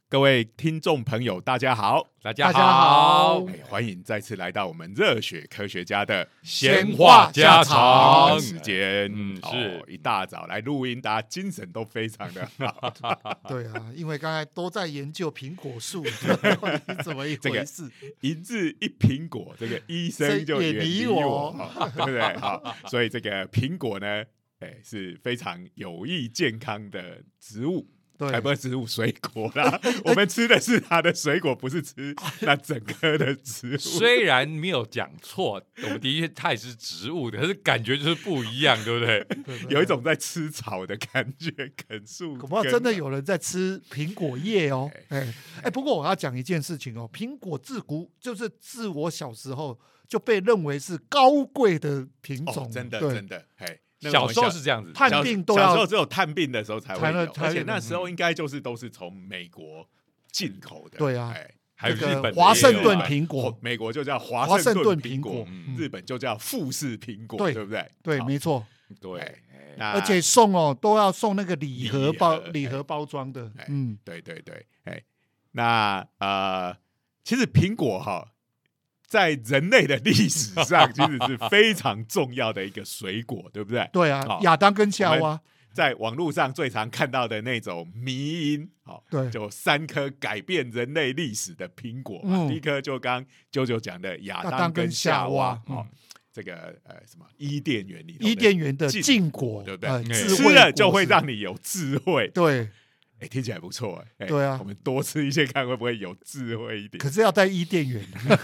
各位听众朋友，大家好， 大家好， 欢迎再次来到我们热血科学家的闲话家常时间。 是一大早来录音，大家精神都非常的好。 对啊，因为刚才都在研究苹果树，怎么一回事？ 一日一苹果，这个医生就远离我，对不对？好，所以这个苹果呢，是非常有益健康的植物。还不是植物水果啦，我们吃的是它的水果，不是吃那整颗的植物。 虽然没有讲错，我们的确它也是植物的，可是感觉就是不一样，对不对？ 有一种在吃草的感觉，啃树根。 恐怕真的有人在吃苹果叶哦。不过我要讲一件事情哦，苹果自我小时候就被认为是高贵的品种， 真的， 小时候是这样子， 探病都要小时候只有探病的时候才会有，而且那时候应该都是从美国进口的。 对啊， 还有日本华盛顿苹果， 美国就叫华盛顿苹果，日本就叫富士苹果，对不对？ 对，没错。 对， 而且都要送那个礼盒包装的。 对。那其实苹果在人类的历史上，其实是非常重要的一个水果，对不对？ 对啊，亚当跟夏娃在网络上最常看到的那种迷因， 对， 就3颗改变人类历史的苹果第一颗就刚啾啾讲的亚当跟夏娃，这个什么伊甸园里头伊甸园的禁果， 对不对？吃了就会让你有智慧， 对。 听起来不错对啊， 我们多吃一些看会不会有智慧一点。 可是要在伊甸园。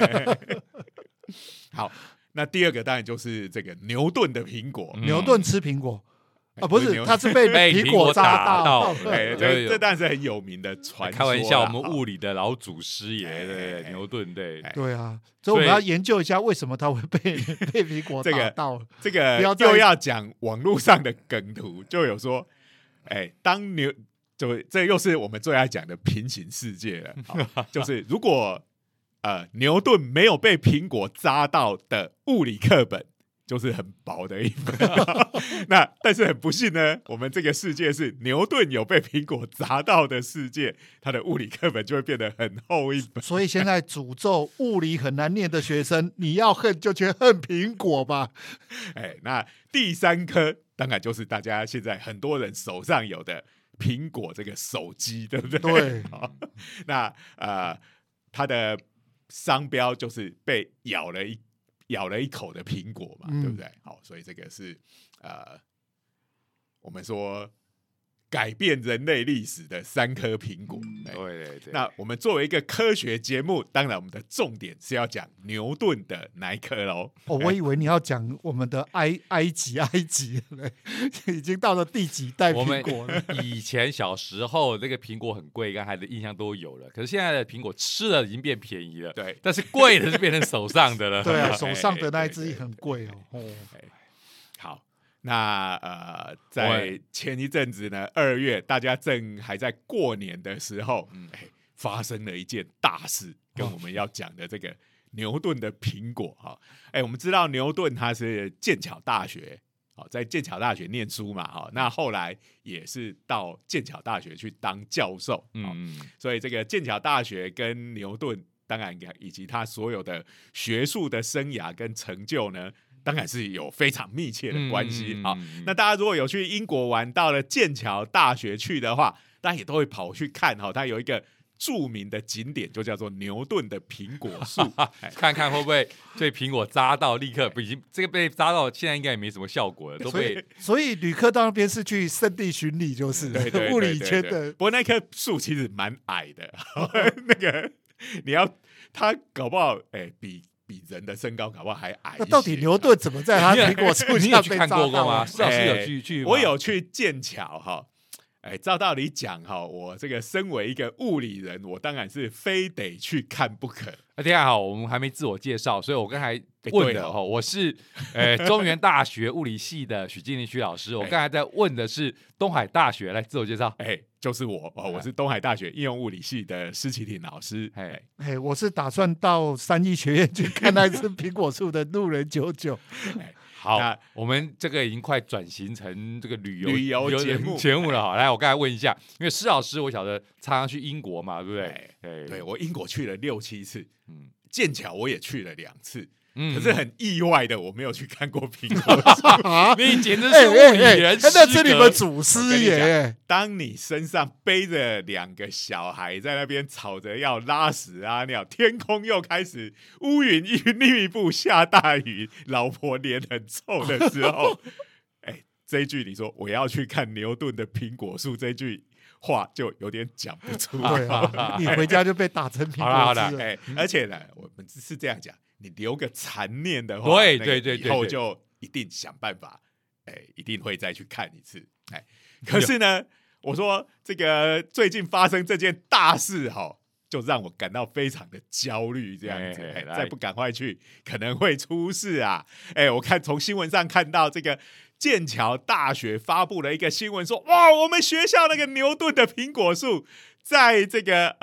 好，那第二个当然就是这个牛顿的苹果。 牛顿吃苹果不是，他是被苹果砸到。 这当然是很有名的传说。 开玩笑，我们物理的老祖师爷，对牛顿，对啊，所以我们要研究一下为什么他会被苹果打到。 这个又要讲网络上的梗图，就有说，这又是我们最爱讲的平行世界了。就是如果牛顿没有被苹果扎到的物理课本，就是很薄的一本。但是很不幸呢，我们这个世界是牛顿有被苹果砸到的世界，他的物理课本就会变得很厚一本。 所以现在诅咒物理很难念的学生，你要恨就去恨苹果吧。 那第3颗当然就是大家现在很多人手上有的苹果这个手机，对不对？ 对。 那它的商标就是被咬了一口的苹果嘛，对不对？好，所以这个是我们说改变人类历史的3颗苹果。 对。 那我们作为一个科学节目，当然我们的重点是要讲牛顿的那一颗喽。 我以为你要讲我们的埃及已经到了第几代苹果了。 我们以前小时候那个苹果很贵，刚才的印象都有了。可是现在的苹果吃了已经变便宜了，对，但是贵的是变成手上的了。 对啊，手上的那一只很贵哦。 好。那在前一阵子呢，2月大家正还在过年的时候，发生了一件大事，跟我们要讲的这个牛顿的苹果我们知道牛顿他是剑桥大学在剑桥大学念书嘛那后来也是到剑桥大学去当教授所以这个剑桥大学跟牛顿当然以及他所有的学术的生涯跟成就呢，当然是有非常密切的关系那大家如果有去英国玩，到了剑桥大学去的话，大家也都会跑去看它有一个著名的景点，就叫做牛顿的苹果树。 看看会不会被苹果扎到，立刻已经这个被扎到，现在应该也没什么效果了，都被。 所以旅客到那边是去圣地巡礼，就是物理圈的。 不过那棵树其实蛮矮的，那个它搞不好比人的身高搞不好还矮一些。 那到底牛顿怎么在他苹果树你有去看过吗？ 是有去我有去剑桥照道理讲我这个身为一个物理人，我当然是非得去看不可。 大家好，我们还没自我介绍，所以我刚才问的我是中原大学物理系的许金林许老师。我刚才在问的是东海大学，来自我介绍。 就是我是东海大学应用物理系的施启廷老师。 我是打算到3一学院去看那只苹果树的路人99。 好那， 我们这个已经快转型成这个旅游节目了哈。来，我刚才问一下，因为施老师我晓得常常去英国嘛，对不对？ 对，我英国去了6、7次， 嗯剑桥我也去了2次。 嗯可是很意外的，我没有去看过苹果树。 啊， 你简直是物理人失格， 那是你们祖我师跟你爷。 当你身上背着2个小孩在那边吵着要拉屎啊尿，天空又开始乌云密布下大雨，老婆脸很臭的时候，这一句你说我要去看牛顿的苹果树，这句话就有点讲不出来。 对啊，你回家就被打成苹果汁了。 而且呢，我们是这样讲，你留个残念的话， 对， 以后就一定想办法，一定会再去看一次。可是呢，我说这个最近发生这件大事就让我感到非常的焦虑，这样子，再不赶快去，可能会出事啊！我看从新闻上看到这个剑桥大学发布了一个新闻说，哇，我们学校那个牛顿的苹果树，在这个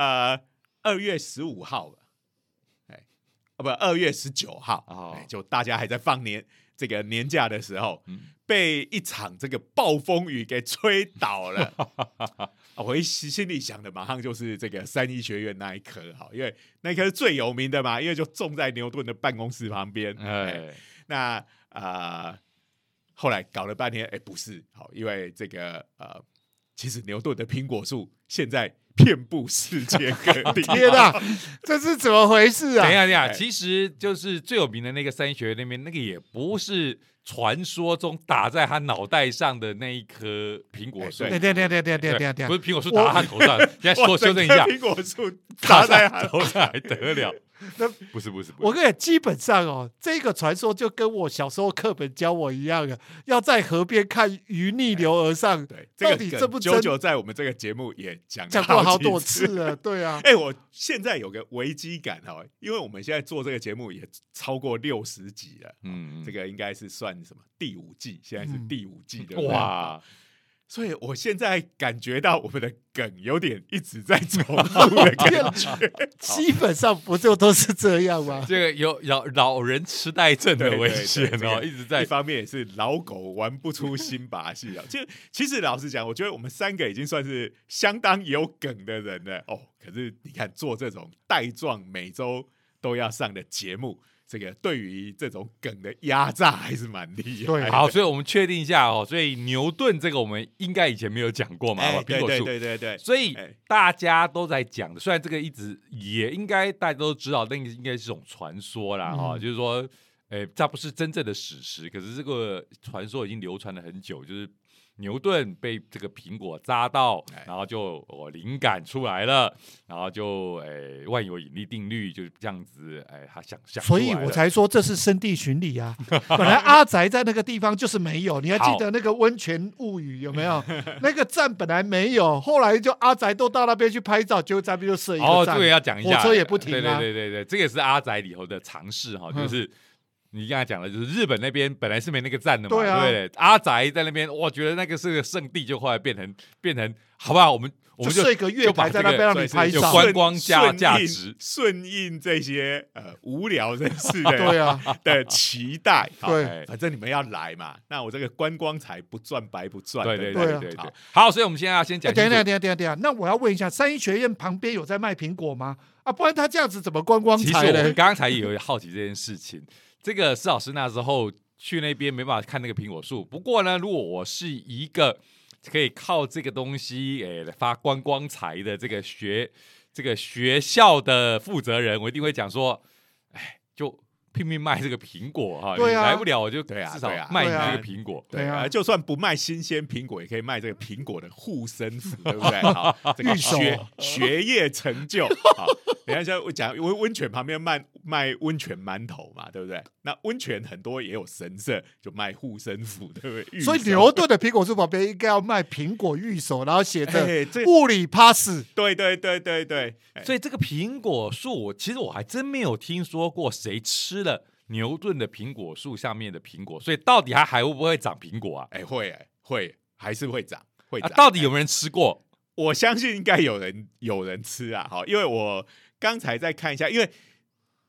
2月15号。2月19号，就大家还在放这个年假的时候，被一场这个暴风雨给吹倒了。我心里想的马上就是这个3一学院那一棵，因为那棵是最有名的嘛，因为就种在牛顿的办公室旁边。那后来搞了半天，不是，因为这个其实牛顿的苹果树现在遍布世界各地。 天哪，这是怎么回事啊？ 等一下，其实就是最有名的那个3一学院那边，那个也不是传说中打在他脑袋上的那一棵苹果树。 对， 不是苹果树打在他头上，现在修正一下， 苹果树打在他头上还得了？不是， 我跟你基本上这个传说就跟我小时候课本教我一样的，要在河边看鱼逆流而上。 对， 到底这不真？ 九九在我们这个节目也讲过好多次了，对啊。 我现在有个危机感因为我们现在做这个节目也超过60集了，这个应该是算什么第5季，现在是第5季的哇。所以我现在感觉到我们的梗有点一直在重复的感觉， 基本上不就都是这样吗？ 这个有老人痴呆症的危险一直在。 一方面也是老狗玩不出新把戏就其实老实讲，我觉得我们3个已经算是相当有梗的人了可是你看做这种带状每周都要上的节目，这个对于这种梗的压榨还是蛮厉害的。 好，所以我们确定一下所以牛顿这个我们应该以前没有讲过嘛，苹果树。 对。 所以大家都在讲的，虽然这个一直也应该大家都知道，那个应该是种传说啦就是说，这不是真正的史实，可是这个传说已经流传了很久，就是牛顿被这个苹果扎到，然后就灵感出来了，然后就万有引力定律就是这样子，他想所以我才说这是圣地巡礼啊。本来阿宅在那个地方就是没有，你还记得那个温泉物语有没有？那个站本来没有，后来就阿宅都到那边去拍照，结果在那边就设一个站。 这个要讲一下， 火车也不停啊。 对，这个也是阿宅里头的尝试就是你刚才讲的，就是日本那边本来是没那个站的嘛，对不对？阿宅在那边，我觉得那个是个圣地，就后来变成，好不好？我们就设一个月台在那边让你拍照， 有观光价值， 顺应这些无聊人士的的期待。 对， 反正你们要来嘛，那我这个观光财不赚白不赚。 对。好，所以我们现在要先讲。 等一下，那我要问一下，3一学院旁边有在卖苹果吗？不然他这样子怎么观光财呢？ 其实我们刚才也有好奇这件事情。这个施老师那时候去那边没办法看那个苹果树，不过呢，如果我是一个可以靠这个东西发观光财的这个学校的负责人，我一定会讲说，就拼命卖这个苹果对啊， 你来不了我就至少卖你这个苹果， 对啊，就算不卖新鲜苹果，也可以卖这个苹果的护身符，对不对？好，这个学业成就。等一下我讲温泉旁边卖温泉馒头嘛，对不对？那温泉很多也有神社，就卖护身符，对不对？ 所以牛顿的苹果树旁边应该要卖苹果御守，然后写着物理 pass。 对。 所以这个苹果树，其实我还真没有听说过谁吃了牛顿的苹果树上面的苹果，所以到底它还会不会长苹果啊？ 会，还是会长， 到底有没有人吃过？ 我相信应该有人吃啊，因为我刚才再看一下，因为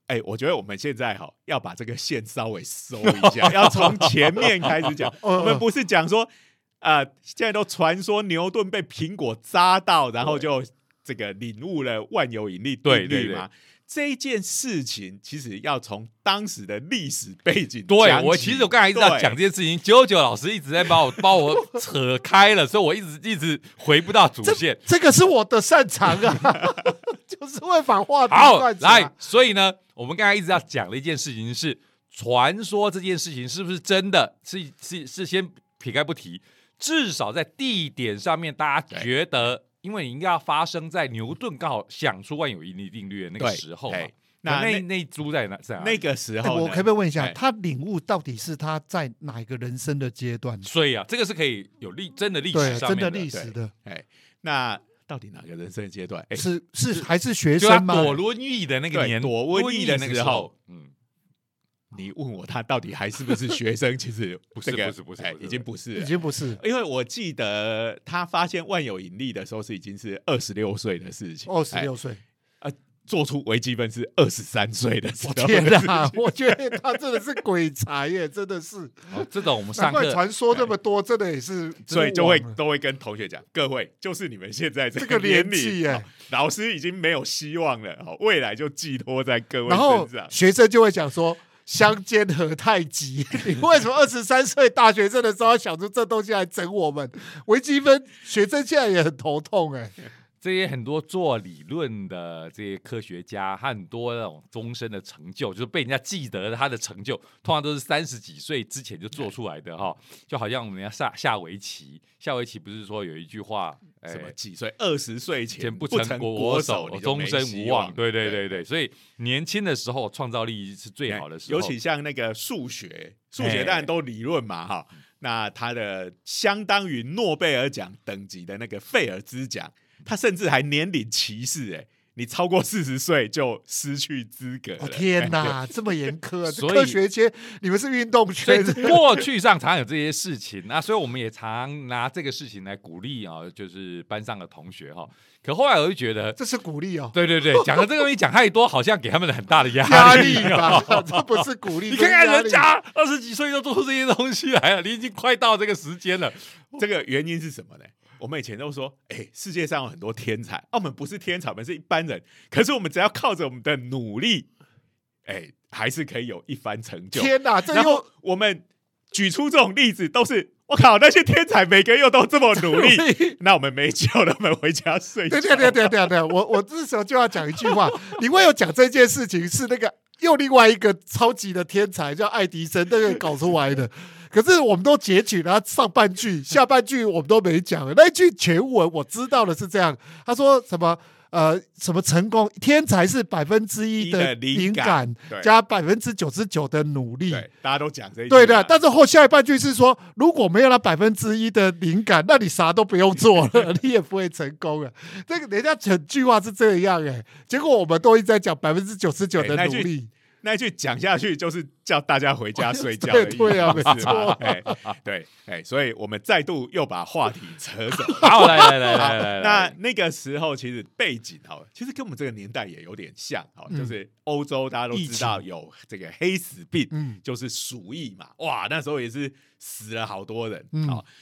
我觉得我们现在要把这个线稍微收一下，要从前面开始讲。我们不是讲说，现在都传说牛顿被苹果扎到，然后就这个领悟了万有引力定律吗？ 对对对， 这件事情其实要从当时的历史背景对讲起。 我其实我刚才一直在讲这件事情，九老师一直在把我扯开了，所以我一直回不到主线。 这个是我的擅长啊，就是会把话题好断来，所以呢，我们刚才一直要讲的一件事情是，传说这件事情是不是真的？是先撇开不提，至少在地点上面，大家觉得。因为你应该要发生在牛顿刚好想出万有引力定律的那个时候嘛，那一株在哪？ 那个时候， 我可不可以问一下，他领悟到底是他在哪一个人生的阶段？ 所以啊，这个是可以有真的历史上面的， 真的历史的。 那到底哪个人生的阶段？ 是还是学生吗？ 躲瘟疫的那个年， 躲瘟疫的时候，你问我他到底还是不是学生？其实不是， 已经不是， 因为我记得他发现万有引力的时候已经是26岁的事情 ，26岁做出微积分是23岁的时候。 天哪，我觉得他真的是鬼才耶，真的是。 这种我们上课传说那么多，真的也是， 所以都会跟同学讲，各位就是你们现在这个年纪耶， 老师已经没有希望了，未来就寄托在各位身上。 然后学生就会讲说。相煎何太急？你为什么23岁大学生的时候要想出这东西来整我们？微积分学生现在也很头痛这些很多做理论的这些科学家，很多那种终身的成就，就是被人家记得他的成就，通常都是30几岁之前就做出来的哈。就好像我们下围棋，不是说有一句话， 什么几岁20岁前不成国手，终身无望。对，所以年轻的时候创造力是最好的时候。 尤其像那个数学当然都理论嘛哈。那他的相当于诺贝尔奖等级的那个费尔兹奖。他甚至还年龄歧视你超过40岁就失去资格了。 天哪，这么严苛！科学界你们是运动圈， 过去上常有这些事情所以我们也常拿这个事情来鼓励就是班上的同学可后来我就觉得这是鼓励对，讲的这个东西讲太多，好像给他们很大的压力吧？这不是鼓励。 你看看人家20几岁就做出这些东西来了，你已经快到这个时间了。 这个原因是什么呢？我们以前都说，世界上有很多天才，我们不是天才，我们是一般人。可是我们只要靠着我们的努力，还是可以有一番成就。 天哪！ 然后我们举出这种例子，都是我靠，那些天才每个月都这么努力，那我们没救了，我们回家睡觉。 对，我这时候就要讲一句话，你为有讲这件事情是那个又另外一个超级的天才叫爱迪生那个搞出来的。可是我们都截取了上半句，下半句我们都没讲。那一句全文我知道的是这样，他说什么什么成功天才是1%的灵感加99%的努力， 对，大家都讲这一句。 对的，但是下一半句是说，如果没有那1%的灵感，那你啥都不用做了，你也不会成功了。这个人家整句话是这样结果我们都一直在讲99%的努力。 那一句讲下去就是叫大家回家睡觉的意思。 对啊，没错。 对，所以我们再度又把话题扯走。 好，来。 那个时候其实背景其实跟我们这个年代也有点像就是欧洲大家都知道有这个黑死病，就是鼠疫嘛。哇，那时候也是死了好多人。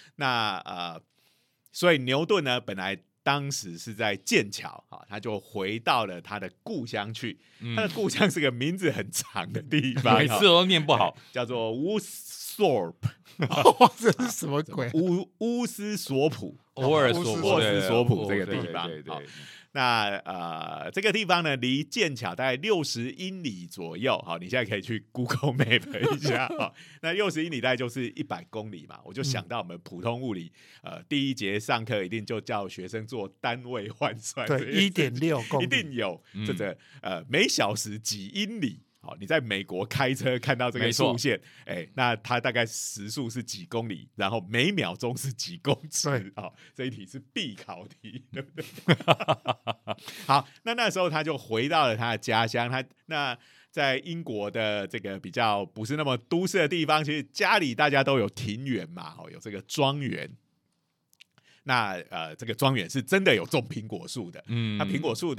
所以牛顿呢，本来当时是在剑桥他就回到了他的故乡去。他的故乡是个名字很长的地方， 每次都念不好， 叫做乌斯索普。 这是什么鬼？ 乌斯索普， 欧尔索普这个地方。那这个地方呢，离剑桥大概60英里左右。好，你现在可以去 Google Map 一下。那60英里大概就是100公里嘛。我就想到我们普通物理，第一节上课一定就叫学生做单位换算， 对，1.6公里， 一定有这个每小时几英里。你在美国开车看到这个速线，那它大概时速是几公里，然后每秒钟是几公尺。这一题是必考题，对不对？好，那时候他就回到了他的家乡。那在英国的这个比较不是那么都市的地方，其实家里大家都有庭园嘛，有这个庄园。那这个庄园是真的有种苹果树的。那苹果树的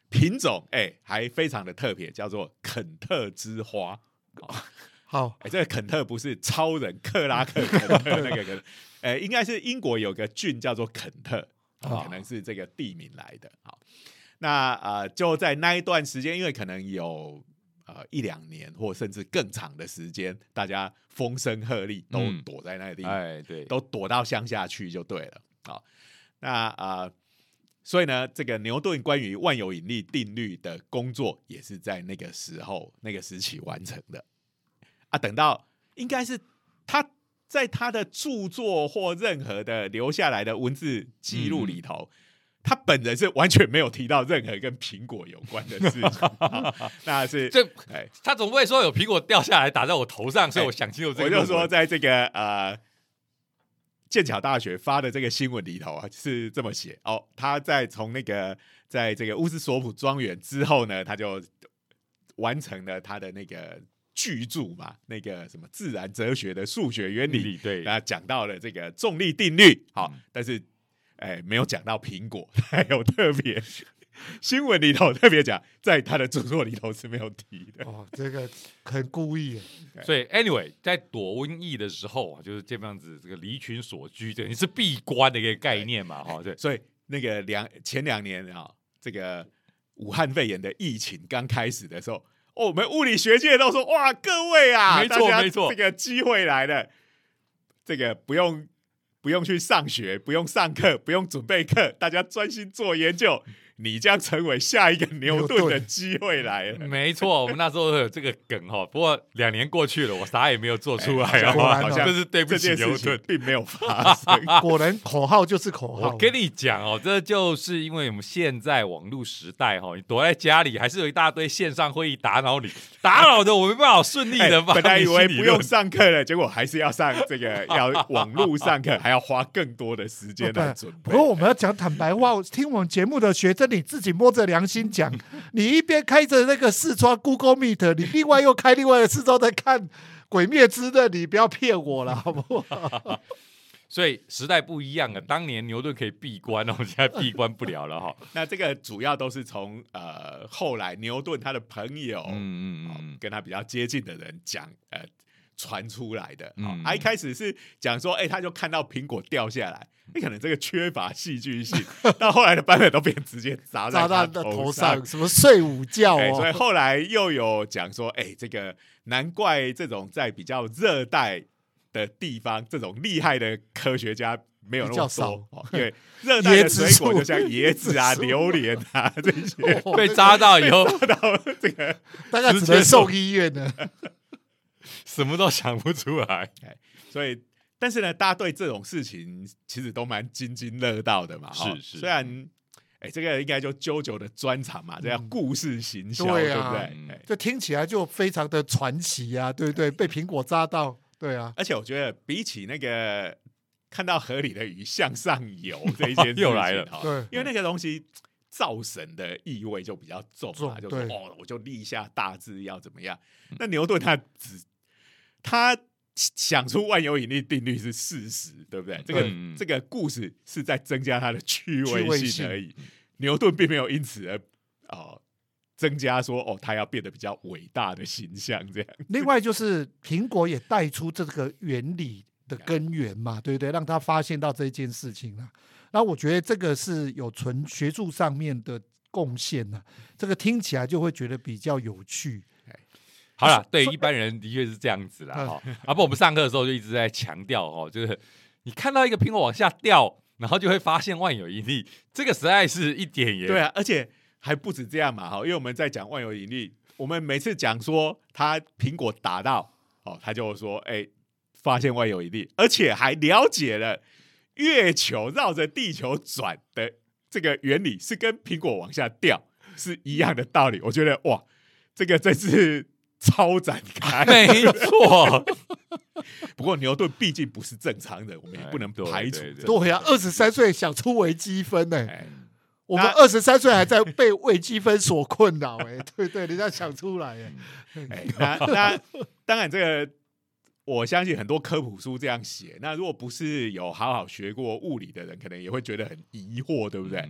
品种还非常的特别，叫做肯特之花。 好， 这个肯特不是超人克拉克肯特那个应该是英国有个郡叫做肯特，可能是这个地名来的。好，那就在那一段时间，因为可能有1-2年或甚至更长的时间，大家风声鹤唳，都躲在那个地方， 对， 都躲到乡下去就对了。好，那所以呢，这个牛顿关于万有引力定律的工作，也是在那个时候、那个时期完成的。等到应该是他在他的著作或任何的留下来的文字记录里头，他本人是完全没有提到任何跟苹果有关的事情。那是他总不会说有苹果掉下来打在我头上，所以我想清楚这个。 我就说，在这个剑桥大学发的这个新闻里头是这么写他从那个在这个乌斯索普庄园之后呢，他就完成了他的那个巨著嘛，那个什么自然哲学的数学原理， 对， 那讲到了这个重力定律，但是没有讲到苹果，还有特别新闻里头特别讲，在他的著作里头是没有提的。 这个很故意。 所以 anyway， 在躲瘟疫的时候就是这样子，这个离群所居，等于是闭关的一个概念嘛，对。 所以那个前2年这个武汉肺炎的疫情刚开始的时候。我们物理学界都说哇，各位啊， 没错， 这个机会来了，这个不用去上学，不用上课，不用准备课，大家专心做研究，你将成为下一个牛顿的机会来了。 没错，我们那时候有这个梗不过2年过去了，我啥也没有做出来， 好像就是对不起牛顿， 并没有发生。 果然口号就是口号。 我跟你讲这就是因为我们现在网络时代你躲在家里，还是有一大堆线上会议打扰你，打扰的我没办法顺利的。 本来以为不用上课了，结果还是要上这个要网络上课，还要花更多的时间来准备。 不过我们要讲坦白话，听我们节目的学生，你自己摸着良心讲，你一边开着那个视窗 Google Meet， 你另外又开另外的视窗在看《鬼灭之刃》，你不要骗我了，好不好？ 所以时代不一样了，当年牛顿可以闭关我们现在闭关不了了那这个主要都是从后来牛顿他的朋友，跟他比较接近的人讲传出来的。一开始是讲说，他就看到苹果掉下来。可能这个缺乏戏剧性，到后来的版本都变直接砸在他头上， 什么睡午觉所以后来又有讲说，这个难怪这种在比较热带的地方，这种厉害的科学家没有那么多，因为热带的水果就像椰子啊、榴莲啊这些， 被扎到以后， 扎到这个大概只能送医院了， 什么都想不出来， 所以。但是呢，大家对这种事情其实都蛮津津乐道的嘛。 是， 虽然这个应该就JoJo的专长嘛，这叫故事行销，对不对？ 这听起来就非常的传奇啊，对不对？被苹果扎到，对啊。 而且我觉得比起那个看到河里的鱼向上游这一件事情又来了， 对， 因为那个东西造神的意味就比较重嘛，就说我就立下大志要怎么样。那牛顿他想出万有引力定律是事实，对不对？这个故事是在增加它的趣味性而已。牛顿并没有因此而增加说他要变得比较伟大的形象这样。 另外就是苹果也带出这个原理的根源嘛，对不对？让他发现到这件事情啊。然后我觉得这个是有纯学术上面的贡献啊，这个听起来就会觉得比较有趣。 好了，对一般人的确是这样子啦。不，我们上课的时候就一直在强调就是你看到一个苹果往下掉，然后就会发现万有引力，这个实在是一点也对啊，而且还不止这样嘛，因为我们在讲万有引力，我们每次讲说他苹果打到他就说发现万有引力，而且还了解了月球绕着地球转的这个原理是跟苹果往下掉是一样的道理。我觉得哇，这个真是超展开， 没错。 不过牛顿毕竟不是正常人，我们也不能排除。 对啊，23岁想出微积分我们23岁还在被微积分所困扰对对，人家想出来那当然这个我相信很多科普书这样写。那如果不是有好好学过物理的人，可能也会觉得很疑惑，对不对？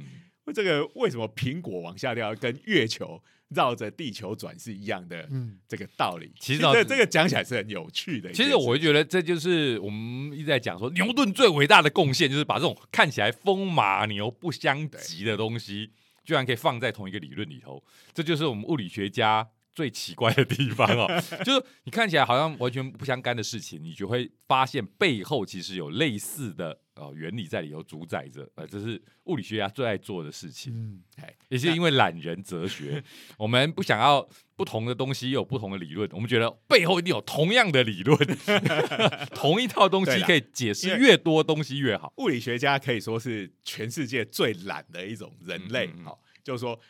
这个为什么苹果往下掉跟月球绕着地球转是一样的这个道理？ 其实这个讲起来是很有趣的。 其实我会觉得这就是我们一直在讲说牛顿最伟大的贡献，就是把这种看起来风马牛不相及的东西，居然可以放在同一个理论里头，这就是我们物理学家最奇怪的地方哦。就是你看起来好像完全不相干的事情，你就会发现背后其实有类似的原理在里头主宰着，这是物理学家最爱做的事情。也是因为懒人哲学，我们不想要不同的东西有不同的理论，我们觉得背后一定有同样的理论，同一套东西可以解释越多东西越好。 物理学家可以说是全世界最懒的一种人类，就是说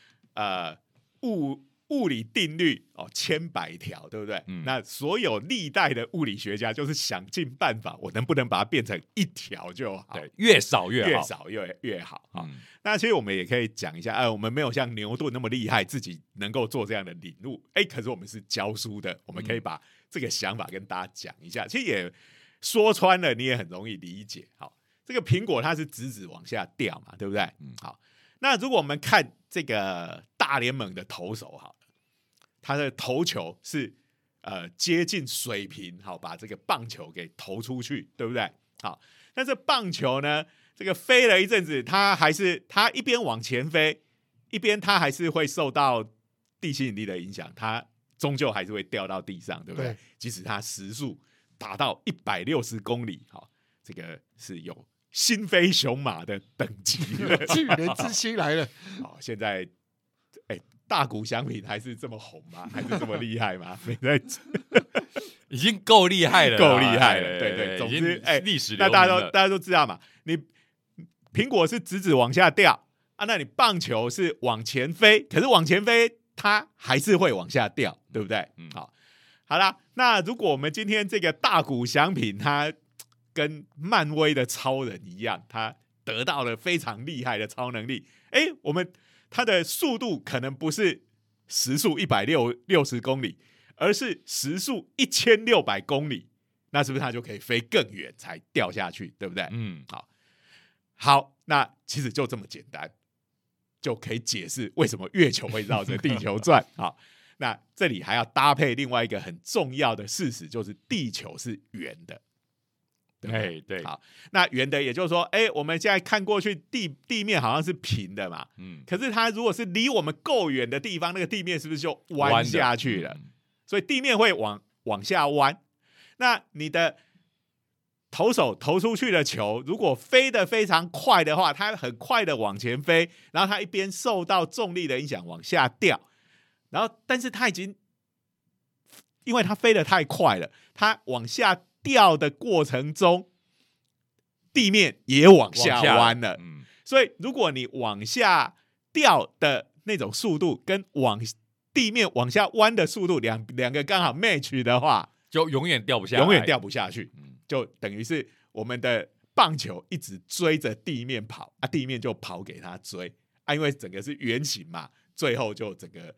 物理定律千百条，对不对？那所有历代的物理学家就是想尽办法，我能不能把它变成一条就好？ 对，越少越好， 越少越好。那其实我们也可以讲一下，我们没有像牛顿那么厉害，自己能够做这样的领悟。可是我们是教书的，我们可以把这个想法跟大家讲一下。其实也说穿了，你也很容易理解。好，这个苹果它是直直往下掉嘛，对不对？好，那如果我们看这个大联盟的投手，好。他的投球是接近水平，好把这个棒球给投出去，对不对？好，但是棒球呢，这个飞了一阵子，它一边往前飞，一边它还是会受到地心引力的影响，它终究还是会掉到地上，对不对？即使它时速达到160公里，好，这个是有新飞雄马的等级的， 巨人之星来了。 好，现在大谷翔平还是这么红吗？还是这么厉害吗？ 已经够厉害了， 够厉害了。对，总之， 历史那大家都知道嘛。你苹果是直直往下掉啊，那你棒球是往前飞，可是往前飞它还是会往下掉，对不对？好啦，那如果我们今天这个大谷翔平他跟漫威的超人一样，他得到了非常厉害的超能力，它的速度可能不是时速160公里，而是时速1600公里，那是不是它就可以飞更远才掉下去，对不对？好，那其实就这么简单，就可以解释为什么月球会绕着地球转。好，那这里还要搭配另外一个很重要的事实，就是地球是圆的。 对， 好，那圆的也就是说，我们现在看过去地面好像是平的嘛，可是它如果是离我们够远的地方，那个地面是不是就弯下去了？所以地面会往下弯。那你的投手投出去的球，如果飞得非常快的话，它很快的往前飞，然后它一边受到重力的影响往下掉，然后但是它已经因为它飞得太快了，它往下掉的过程中，地面也往下弯了。所以如果你往下掉的那种速度跟地面往下弯的速度两个刚好 match 的话， 就永远掉不下来， 永远掉不下去。就等于是我们的棒球一直追着地面跑啊，地面就跑给他追啊，因为整个是圆形嘛，最后就整个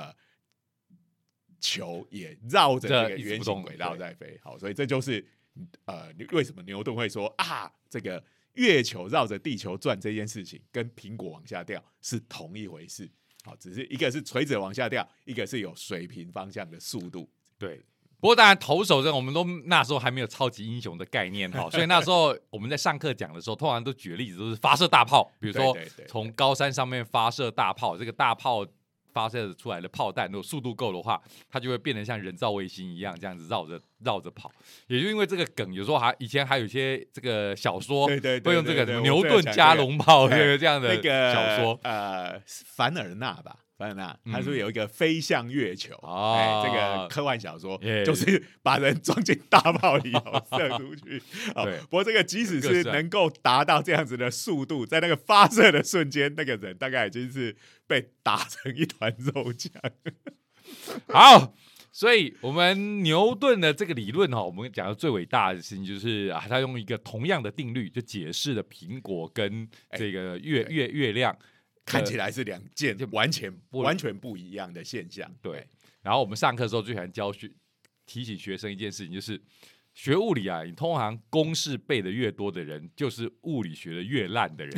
球也绕着这个圆形轨道在飞。好，所以这就是为什么牛顿会说这个月球绕着地球转这件事情跟苹果往下掉是同一回事。好，只是一个是垂直往下掉，一个是有水平方向的速度。 对。不过当然，投手我们都那时候还没有超级英雄的概念所以那时候我们在上课讲的时候，通常都举的例子都是发射大炮，比如说从高山上面发射大炮，这个大炮发射出来的炮弹，如果速度够的话，它就会变成像人造卫星一样这样子绕着跑。也就因为这个梗，有时候以前还有一些这个小说会用这个牛顿加龙炮这样的小说。 凡尔纳吧。他说有一个飞向月球，这个科幻小说就是把人装进大炮里头射出去。不过这个即使是能够达到这样子的速度，在那个发射的瞬间，那个人大概已经是被打成一团肉酱。 好，所以我们牛顿的这个理论我们讲的最伟大的事情就是他用一个同样的定律就解释了苹果跟这个月亮。 看起来是两件完全不一样的现象。 对，然后我们上课的时候最喜欢提醒学生一件事情，就是学物理啊，你通常公式背的越多的人，就是物理学的越烂的人。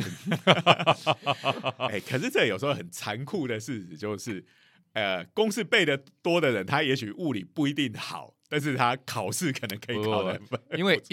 可是这有时候很残酷的事实就是，公式背的多的人，他也许物理不一定好，但是他考试可能可以考得分。 因为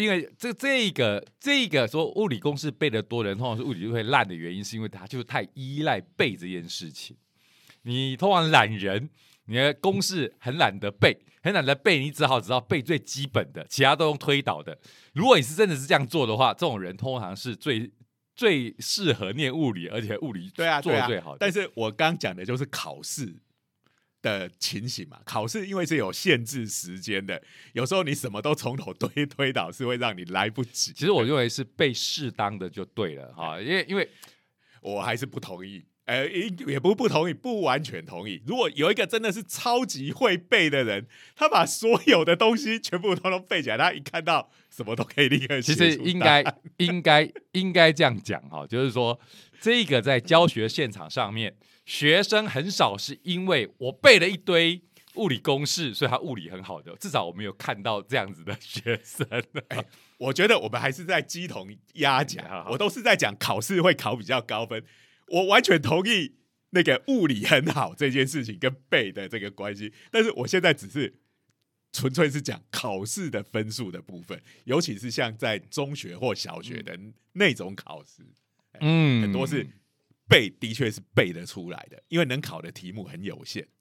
这个说物理公式背的多的人，通常是物理就会烂的原因，是因为他就是太依赖背这件事情。你通常懒人，你的公式很懒得背，你只好背最基本的，其他都用推导的。如果你是真的是这样做的话，这种人通常是最适合念物理，而且物理做的最好的。 但是我刚讲的就是考试的情形嘛，考试因为是有限制时间的，有时候你什么都从头推导，是会让你来不及。 其实我认为是背适当的就对了哈，因为我还是不同意。也不同意，不完全同意。如果有一个真的是超级会背的人，他把所有的东西全部都背起来，他一看到什么都可以立刻写出答案。 其实应该这样讲哈，就是说这个在教学现场上面，学生很少是因为我背了一堆物理公式，所以他物理很好的。至少我没有看到这样子的学生。 我觉得我们还是在鸡同鸭讲，我都是在讲考试会考比较高分。我完全同意那个物理很好这件事情跟背的这个关系，但是我现在只是纯粹是讲考试的分数的部分，尤其是像在中学或小学的那种考试，很多是背，的确是背得出来的，因为能考的题目很有限。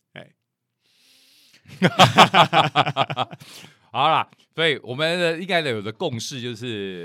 好啦，所以我们应该有的共识就是，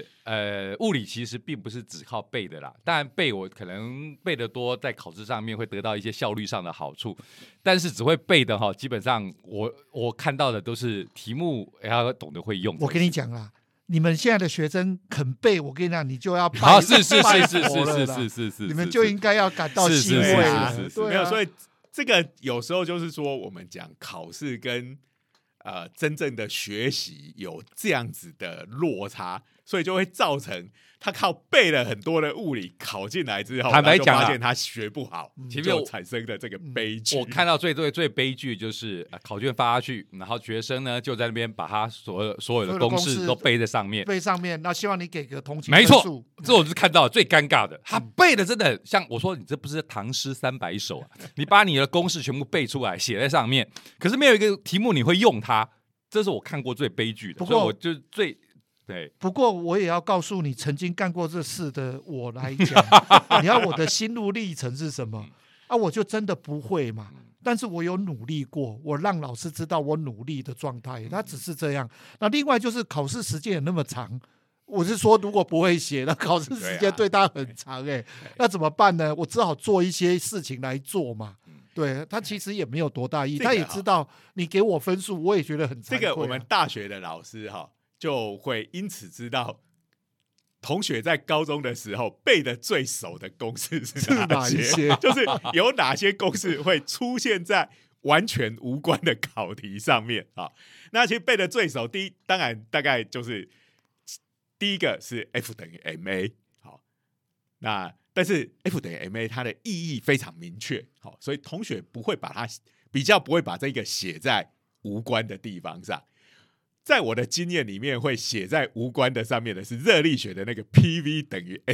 物理其实并不是只靠背的啦。当然背我可能背得多，在考试上面会得到一些效率上的好处，但是只会背的哈，基本上我看到的都是题目要懂得会用。 我跟你讲啦，你们现在的学生肯背，我跟你讲，你就要好是， 你们就应该要感到欣慰了。 没有，所以这个有时候就是说，我们讲考试跟真正的学习有这样子的落差，所以就会造成他靠背了很多的物理考进来之后， 坦白讲发现他学不好，就产生的这个悲剧。 我看到最悲剧就是考卷发下去，然后学生呢就在那边把他所有的公式都背在上面， 那希望你给个同情分数。 没错，这我是看到最尴尬的。他背的真的像我说，你这不是唐诗300首啊？你把你的公式全部背出来写在上面，可是没有一个题目你会用它。这是我看过最悲剧的，所以我就对。 不过我也要告诉你，曾经干过这事的我来讲，你要我的心路历程是什么啊？我就真的不会嘛。但是我有努力过，我让老师知道我努力的状态，他只是这样。那另外就是考试时间也那么长，我是说如果不会写，那考试时间对他很长那怎么办呢？我只好做一些事情来做嘛。对，他其实也没有多大意，他也知道你给我分数，我也觉得很惭愧。 这个我们大学的老师就会因此知道同学在高中的时候背的最熟的公式是哪些，就是有哪些公式会出现在完全无关的考题上面那其实背的最熟，当然大概就是第一个是 F 等于 ma 但是 F 等于 ma 它的意义非常明确，所以同学比较不会把这个写在无关的地方上。在我的经验里面，会写在无关的上面的是热力学的那个 PV 等于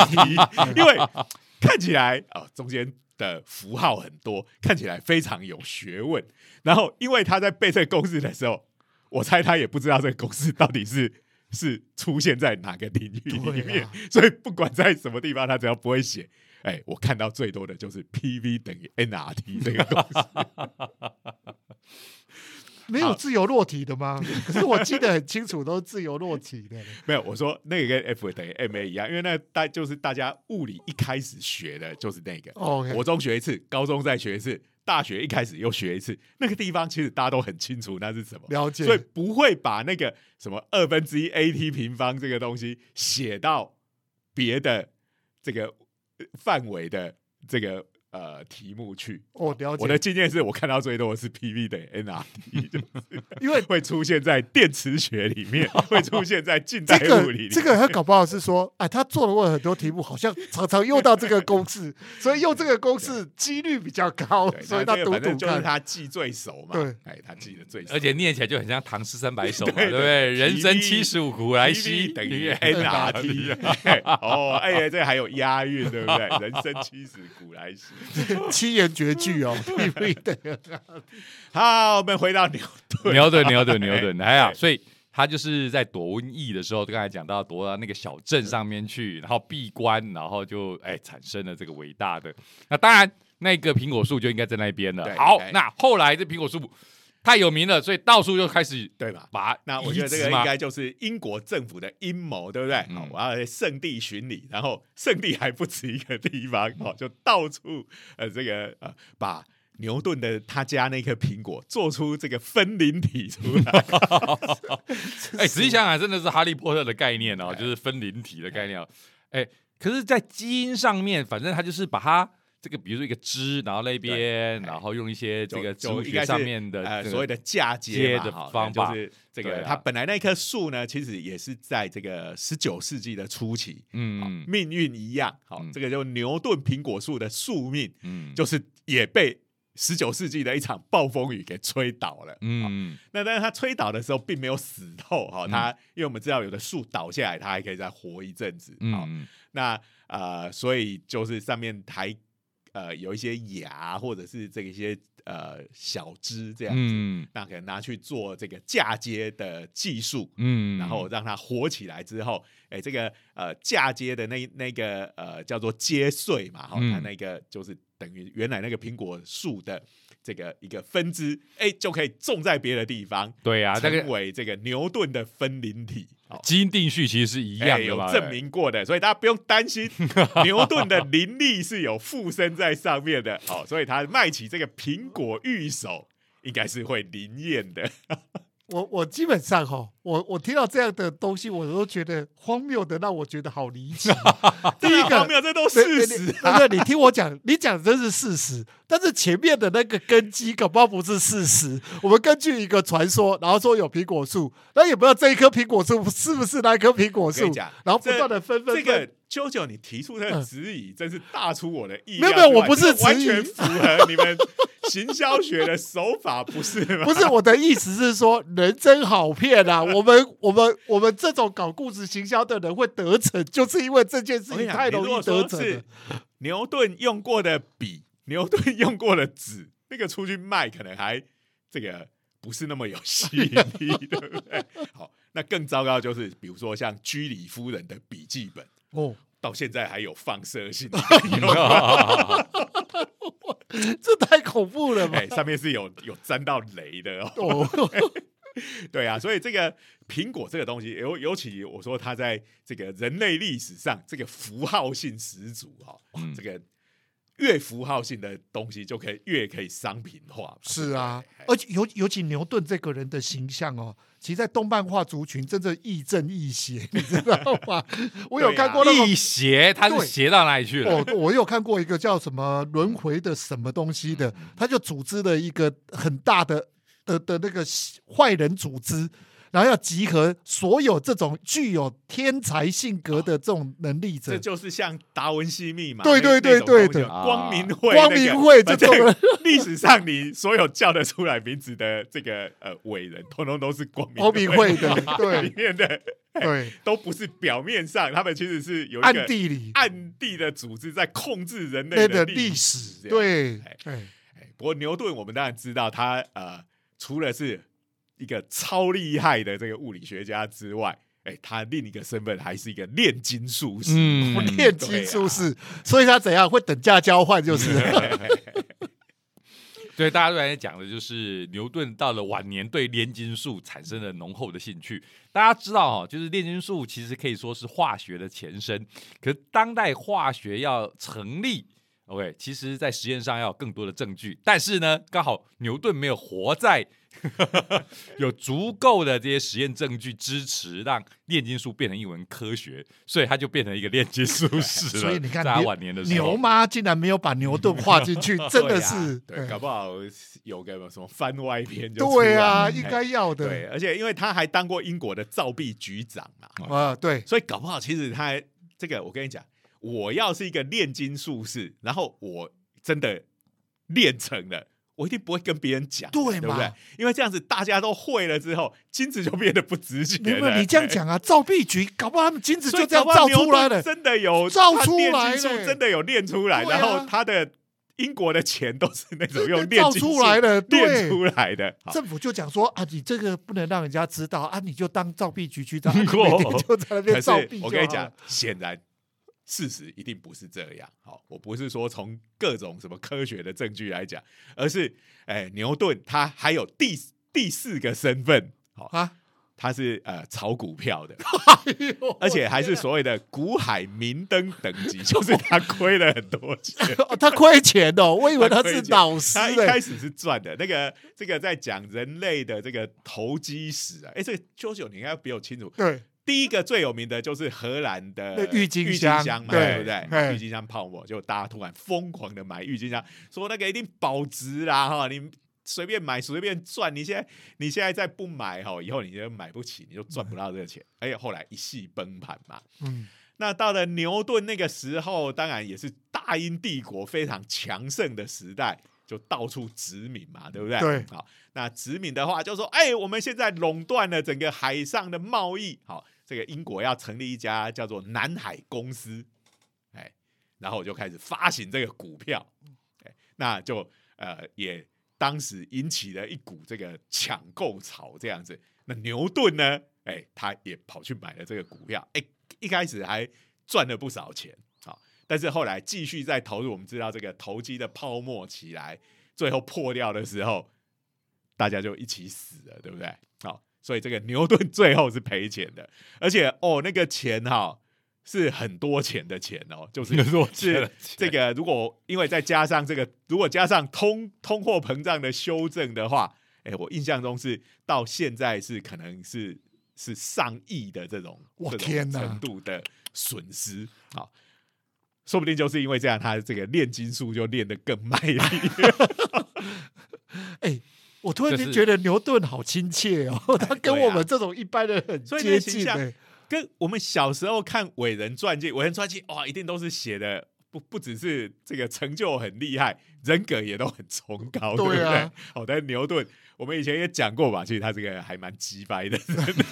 nRT， 因为看起来中间的符号很多，看起来非常有学问。然后因为他在背这个公式的时候，我猜他也不知道这个公式到底是出现在哪个领域里面，所以不管在什么地方，他只要不会写，我看到最多的就是 PV 等于 nRT 这个公式。 没有自由落体的吗？可是我记得很清楚，都是自由落体的。 没有，我说那个跟 F 等于 ma 一样，因为那就是大家物理一开始学的就是那个。国中学一次，高中再学一次，大学一开始又学一次。那个地方其实大家都很清楚那是什么， 了解， 所以不会把那个什么1/2 AT 平方这个东西写到别的这个范围的这个题目去。 我了解。 我的经验是我看到最多的是 PV 的 NRT， 就是因为会出现在电磁学里面，会出现在近代物理里面。 这个他搞不好是说，哎，他做了过很多题目，好像常常用到这个公式，所以用这个公式几率比较高，所以他赌赌就是看。 他记最熟嘛。 对， 哎，他记得最熟， 而且念起来就很像唐诗300首嘛， 对对不对？人生 ，PV 75古来稀， 等于 NRT。哦，哎，这还有押韵，对不对？人生70古来稀。 七言绝句哦，PV 的。 好，我们回到牛顿， 牛顿，哎呀，所以他就是在躲瘟疫的时候，刚才讲到躲到那个小镇上面去，然后闭关，然后就产生了这个伟大的。那当然，那个苹果树就应该在那边了。好，那后来这苹果树太有名了，所以到处就开始对吧？ 那我觉得这个应该就是英国政府的阴谋，对不对？我要在圣地巡礼，然后圣地还不止一个地方，就到处把牛顿的他家那颗苹果做出这个分灵体出来。 仔细想想，真的是哈利波特的概念哦，就是分灵体的概念。可是，在基因上面，反正他就是把它。这个比如说一个枝，然后那边，然后用一些这个植物学上面的所谓的嫁接的方法， 就是这个它本来那棵树呢，其实也是在这个19世纪的初期，命运一样，这个就牛顿苹果树的宿命，就是也被19世纪的一场暴风雨给吹倒了。那但是它吹倒的时候并没有死透，它因为我们知道有的树倒下来，它还可以再活一阵子，那所以就是上面还。有一些芽或者是这些小枝这样子，那可能拿去做这个嫁接的技术，然后让它活起来之后，这个嫁接的那个叫做接穗嘛，它那个就是等于原来那个苹果树的这个一个分支，就可以种在别的地方， 对啊， 成为这个牛顿的分灵体。 基因定序其实是一样的嘛， 有证明过的，所以大家不用担心牛顿的灵力是有附身在上面的。所以他卖起这个苹果玉手，应该是会灵验的。 我基本上我听到这样的东西，我都觉得荒谬的，让我觉得好离奇。第一个荒谬，这都事实对，你听我讲，你讲真是事实，但是前面的那个根基搞不好不是事实。我们根据一个传说，然后说有苹果树，那也不知道这一棵苹果树是不是那一棵苹果树，然后不断的分。 这个啾，你提出这个质疑，真是大出我的意料。 没有，我不是质疑， 完全符合你们行销学的手法，不是吗？ 不是，我的意思是说，人真好骗啊！我们这种搞故事行销的人会得逞，就是因为这件事情太容易得逞了。 牛顿用过的笔，牛顿用过的纸，那个出去卖，可能还这个不是那么有吸引力，对不对？好，那更糟糕就是，比如说像居里夫人的笔记本，到现在还有放射性的这太恐怖了吧？ 上面是有沾到雷的哦。对啊，所以这个苹果这个东西，尤其我说它在这个人类历史上，这个符号性十足这个越符号性的东西，就越可以商品化。 是啊，而且尤其牛顿这个人的形象其实在动漫画族群真正亦正亦邪，你知道吗？我有看过那个亦邪，他是邪到哪里去了？ 我有看过一个叫什么轮回的什么东西的，他就组织了一个很大的那个坏人组织，然后要集合所有这种具有天才性格的这种能力者， 这就是像达文西密码， 对光明会， 这种历史上你所有叫得出来名字的这个伟人，通通都是光明会的， 对里面的。 对， 都不是表面上，他们其实是有一个暗地的组织在控制人类的历史。 对， 不过牛顿我们当然知道他除了是一个超厉害的这个物理学家之外，他另一个身份还是一个炼金术士。 炼金术士，所以他怎样会等价交换，就是。 对，大家都在讲的就是牛顿到了晚年对炼金术产生了浓厚的兴趣。大家知道就是炼金术其实可以说是化学的前身，可是当代化学要成立 OK， 其实在实验上要有更多的证据，但是呢，刚好牛顿没有活在有足够的这些实验证据支持，让炼金术变成一门科学，所以他就变成一个炼金术士了。 所以你看， 在他晚年的时候， 牛妈竟然没有把牛顿画进去，真的是对，搞不好有个什么番外篇就对啊， 出来应该要的。 对，而且因为他还当过英国的造币局长嘛， 啊，对， 所以搞不好其实他这个，我跟你讲，我要是一个炼金术士，然后我真的练成了，我一定不会跟别人讲， 对不对？因为这样子大家都会了之后，金子就变得不值钱了。 你这样讲啊，造币局搞不好他们金子就这样造出来了， 真的有造出来炼金术真的有炼出来，然后他的英国的钱都是那种用炼金术出来的， 炼出来的。 政府就讲说啊，你这个不能让人家知道啊，你就当造币局局长，每天就在那边造币。 我跟你讲，显然事实一定不是这样。好，我不是说从各种什么科学的证据来讲，而是牛顿他还有第四个身份，好啊。他是炒股票的，而且还是所谓的股海明灯等级，就是他亏了很多钱。 他亏钱哦，我以为他是老师。 他一开始是赚的。这个在讲人类的这个投机史啊，这个啾你应该比我清楚。 对， 第一个最有名的就是荷兰的郁金香嘛，对不对？郁金香泡沫，就大家突然疯狂的买郁金香，说那个一定保值啦哈，你随便买随便赚，你现在再不买哈，以后你就买不起，你就赚不到这个钱。而且后来一系崩盘嘛。那到了牛顿那个时候，当然也是大英帝国非常强盛的时代，就到处殖民嘛，对不对？ 对。 好，那殖民的话就说，我们现在垄断了整个海上的贸易，好，这个英国要成立一家叫做南海公司，然后我就开始发行这个股票，那就也。当时引起了一股这个抢购潮，这样子。那牛顿呢？他也跑去买了这个股票，一开始还赚了不少钱，好，但是后来继续再投入。我们知道这个投机的泡沫起来，最后破掉的时候，大家就一起死了，对不对？好，所以这个牛顿最后是赔钱的，而且那个钱是很多钱的钱哦，就是这个，如果因为再加上这个，如果加上通货膨胀的修正的话，我印象中是到现在是可能是上亿的这种程度的损失啊，说不定就是因为这样，他这个炼金术就练得更卖力。 我突然间觉得牛顿好亲切哦，他跟我们这种一般人很接近的。 跟我们小时候看伟人传记哇，一定都是写的不只是这个成就很厉害，人格也都很崇高，对不对？好，但是牛顿我们以前也讲过吧，其实他这个还蛮鸡掰的，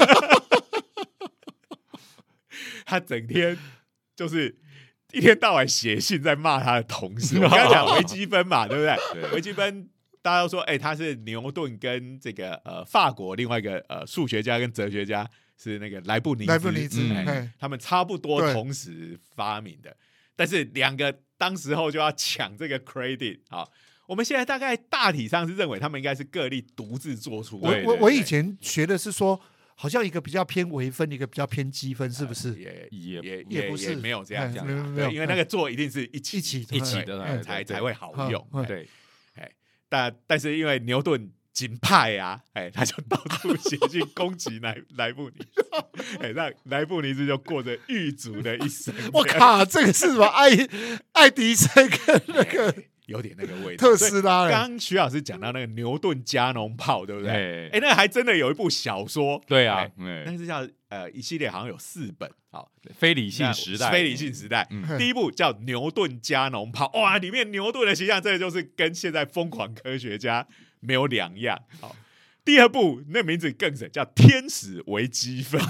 他整天就是一天到晚写信在骂他的同事。我刚才讲微积分嘛，对不对？微积分大家都说，他是牛顿跟这个法国另外一个数学家跟哲学家。是那个莱布尼兹，他们差不多同时发明的，但是两个当时候就要抢这个 credit 啊。我们现在大体上是认为他们应该是个例独自做出来的。 我以前学的是说，好像一个比较偏微分，一个比较偏积分，是不是？ 也不是，没有这样讲， 对， 因为那个做一定是一起的， 才会好用。对，但是因为牛顿。金派啊，他就到处写信攻击莱布尼兹，让莱布尼兹就过着狱卒的一生。 我靠，这个是什么？爱迪生跟那个有点那个味道。 特斯拉。 刚刚徐老师讲到那个牛顿加农炮，对不对？那个还真的有一部小说。 对啊， 那是叫一系列好像有4本。好， 非理性时代， 第一部叫牛顿加农炮，哇，里面牛顿的形象真的就是跟现在疯狂科学家没有两样。好，第二部那名字更神，叫天使微积分。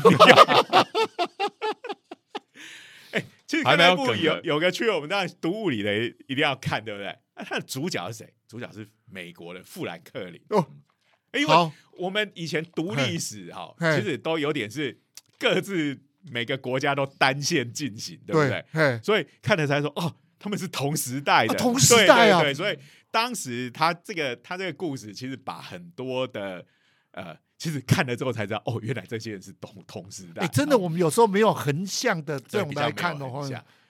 其实那部有个趣，我们当然读物理的一定要看，对不对？它的主角是谁？主角是美国的富兰克林。因为我们以前读历史其实都有点是各自每个国家都单线进行，对不对？所以看了才说他们是同时代的， 同时代啊。 对，所以当时他这个故事其实把很多的其实看了之后才知道，原来这些人是同时代。 真的，我们有时候没有横向的这种来看的话，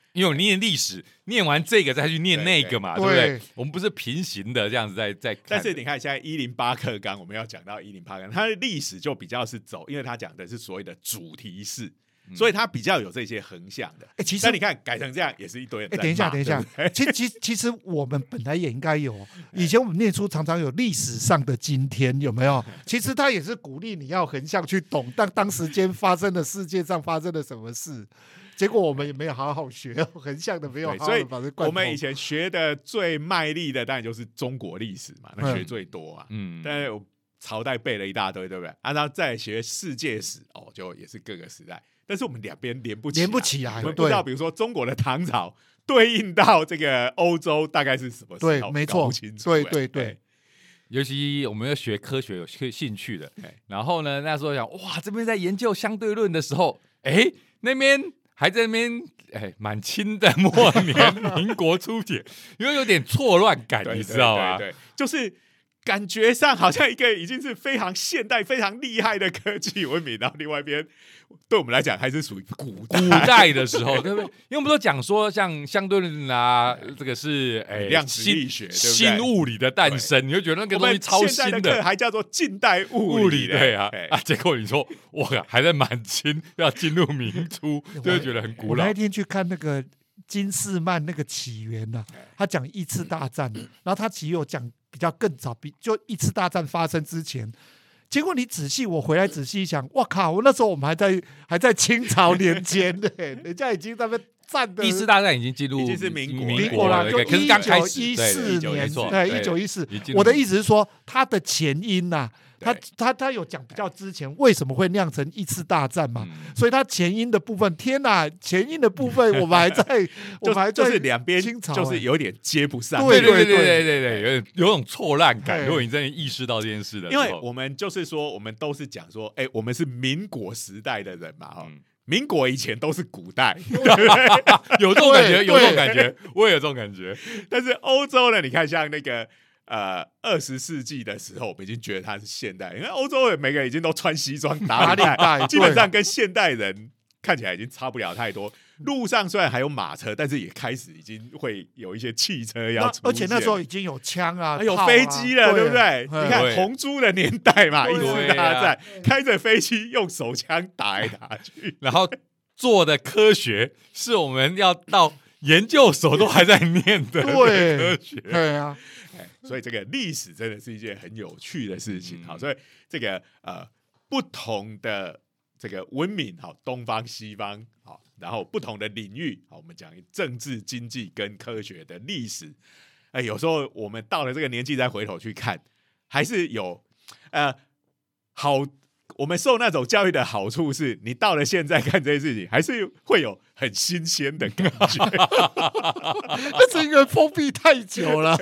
因为我念历史，念完这个再去念那个嘛，对不对？我们不是平行的这样子在看。 但是你看现在108课纲，我们要讲到108课纲，它的历史就比较是走，因为它讲的是所谓的主题式。所以它比较有这些横向的， 其实但你看改成这样也是一堆人在骂。 等一下，其实我们本来也应该有，以前我们念书常常有历史上的今天，有没有？其实它也是鼓励你要横向去懂当时间发生的世界上发生了什么事。结果我们也没有好好学，横向的没有好好把这贯通。 我们以前学的最卖力的当然就是中国历史嘛，那学最多啊。但是朝代背了一大堆，对不对？然后再学世界史，就也是各个时代。但是我们两边连不起来，我们不知道，比如说中国的唐朝对应到这个欧洲大概是什么时候？ 对，没错，对。 尤其我们要学科学有兴趣的，然后呢，那时候想哇，这边在研究相对论的时候，那边还在那边满清的末年，民国初年，因为有点错乱感，你知道吗？ 对，就是感觉上好像一个已经是非常现代、非常厉害的科技文明，然后另外一边对我们来讲还是属于古代的时候，对不对？因为我们都讲说，像相对论啊，这个是量子力学，对不对？ 新物理的诞生，你会觉得那个东西超新的，现在的课还叫做近代物理， 对啊，结果你说哇，还在满清要进入民初，就会觉得很古老。 我那一天去看那个金士曼那个起源啊，他讲一次大战，然后他其实有讲比较更早，就一次大战发生之前。结果我回来仔细一想，哇靠！我那时候我们还在清朝年间呢，人家已经在那边战的。 一次大战已经进入， 已经是民国了，就可是刚开始 1914年，1914。我的意思是说，它的前因呐。他有讲比较之前为什么会酿成一次大战嘛？所以他前因的部分，天哪，前因的部分我们还在， 就是两边就是有点接不上。 对，有种错乱感。如果你真的意识到这件事的时候， 因为我们就是说，我们都是讲说，我们是民国时代的人嘛，民国以前都是古代， 有这种感觉，有这种感觉，我也有这种感觉。 但是欧洲呢，你看像那个。20世纪的时候，我们已经觉得它是现代，因为欧洲人每个人已经都穿西装打领带，基本上跟现代人看起来已经差不了太多。路上虽然还有马车，但是也开始已经会有一些汽车要出现， 而且那时候已经有枪啊， 有飞机了，对不对？你看红猪的年代嘛，一次大战，开着飞机用手枪打来打去， 然后做的科学是我们要到研究所都还在念的科学， 对啊。 所以这个历史真的是一件很有趣的事情。好，所以这个不同的这个文明，好，东方西方，好，然后不同的领域，好，我们讲政治、经济跟科学的历史。有时候我们到了这个年纪再回头去看，还是有好。我们受那种教育的好处是，你到了现在看这些事情，还是会有很新鲜的感觉。 那是因为封闭太久了。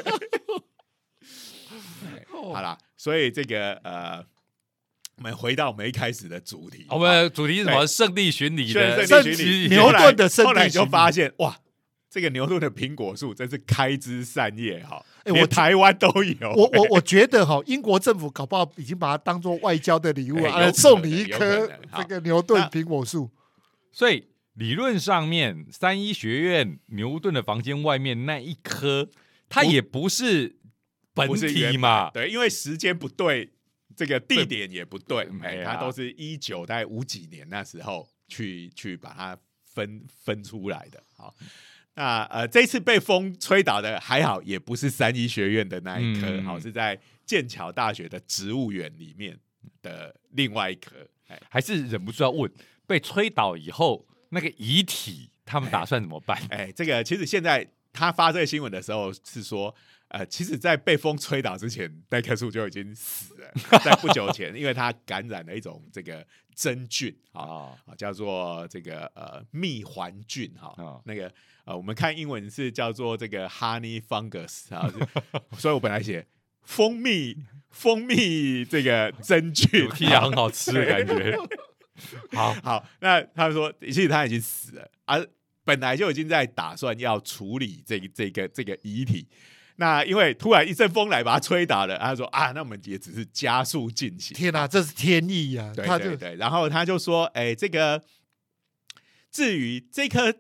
好啦，所以这个我们回到我们一开始的主题。 我们的主题是什么？圣地巡礼的牛顿的圣地巡礼。 后来就发现，哇，这个牛顿的苹果树真是开枝散叶哈，连台湾都有。 我觉得哈，英国政府搞不好已经把它当做外交的礼物啊，送你一棵这个牛顿苹果树。 所以理论上面，三一学院牛顿的房间外面那一棵，它也不是本体嘛？ 对，因为时间不对，这个地点也不对，它都是1950几年那时候去把它分出来的。好。那这次被风吹倒的还好，也不是三一学院的那一棵，好，是在剑桥大学的植物园里面的另外一棵。 还是忍不住要问，被吹倒以后那个遗体他们打算怎么办？ 这个其实现在他发这个新闻的时候是说，其实在被风吹倒之前，那棵树就已经死了，在不久前，因为它感染了一种这个真菌叫做这个蜜环菌那个我们看英文是叫做这个 honey fungus 所以我本来写蜂蜜这个真菌， 听起来很好吃的感觉。 好，那他说其实他已经死了，本来就已经在打算要处理这个遗体。那因为突然一阵风来把它吹倒了，他说那我们也只是加速进行。 天哪，这是天意啊！ 对，然后他就说，这个至于这棵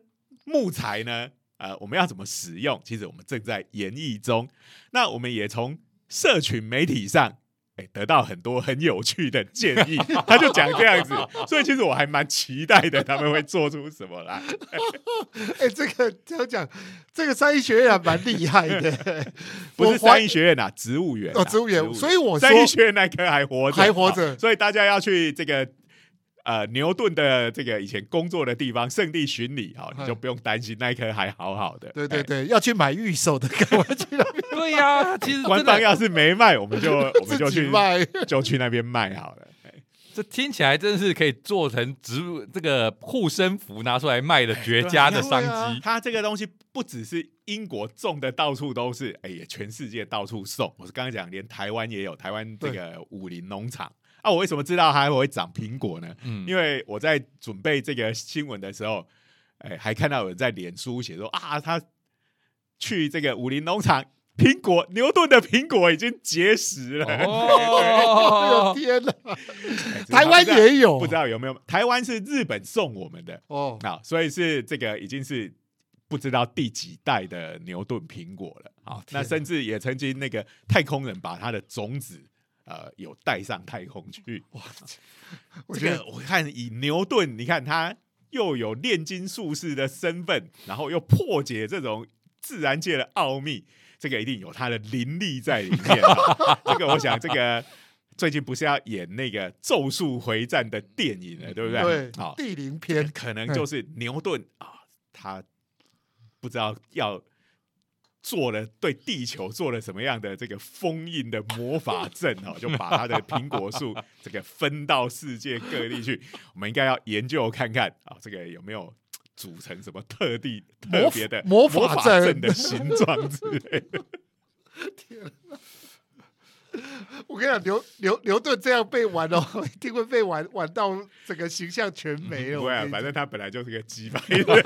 木材呢，我们要怎么使用？其实我们正在研议中。那我们也从社群媒体上。得到很多很有趣的建议，他就讲这样子，所以其实我还蛮期待的，他们会做出什么来。 这个讲，这个三一学院还蛮厉害的， 不是三一学院植物园植物园，所以我说三一学院那棵还活着，所以大家要去这个。牛顿的这个以前工作的地方圣地巡礼，你就不用担心那一棵还好好的。 对对对，要去买玉手的，赶快去那边。 对呀，其实官方要是没卖，我们就去卖， 就去那边卖好了。 这听起来真是可以做成这个护身符拿出来卖的绝佳的商机。 它这个东西不只是英国种的到处都是，也全世界到处送。我是刚刚讲，连台湾也有，台湾这个武林农场。我为什么知道它还会长苹果呢？因为我在准备这个新闻的时候，还看到有人在脸书写说他去这个武林农场，牛顿的苹果已经结实了。 哦，天哪！台湾也有， 不知道有没有？台湾是日本送我们的哦，所以是这个已经是不知道第几代的牛顿苹果了。好，那甚至也曾经那个太空人把它的种子。有带上太空去。哇，我看以牛顿，你看他又有炼金术士的身份，然后又破解这种自然界的奥秘，这个一定有他的灵力在里面。这个我想，这个最近不是要演那个《咒术回战》的电影了，对不对？ 对，地灵篇可能就是牛顿他不知道要。对地球做了什么样的这个封印的魔法阵就把他的苹果树这个分到世界各地去。我们应该要研究看看这个有没有组成什么特别的魔法阵的形状之类的。 天哪！我跟你讲，牛顿这样被玩一定会被玩到整个形象全没了。 不会反正他本来就是个鸡掰人。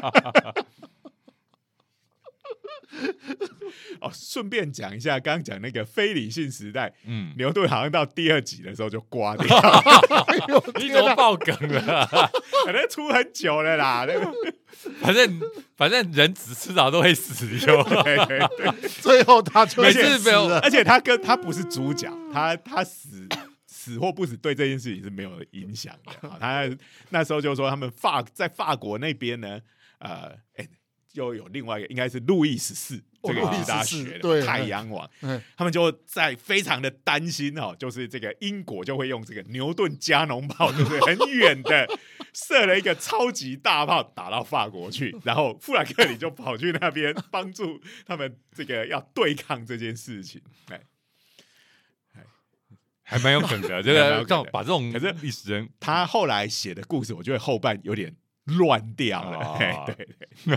顺便讲一下，刚刚讲那个非理性时代，牛顿好像到第2集的时候就挂掉。 你怎么爆梗了？ 可能出很久了啦。 反正人迟早都会死就。 最后他就每次没有， 而且他不是主角，他死或不死对这件事情是没有影响的。他那时候就说他们在法国那边呢，又有另外一个应该是路易14，这个是大家学的太阳王，他们就在非常的担心就是这个英国就会用这个牛顿加农炮，就是很远的射了一个超级大炮打到法国去，然后富兰克林就跑去那边帮助他们这个要对抗这件事情。 还蛮有梗的，这个把这种可是历史人他后来写的故事，我觉得后半有点乱掉了。对。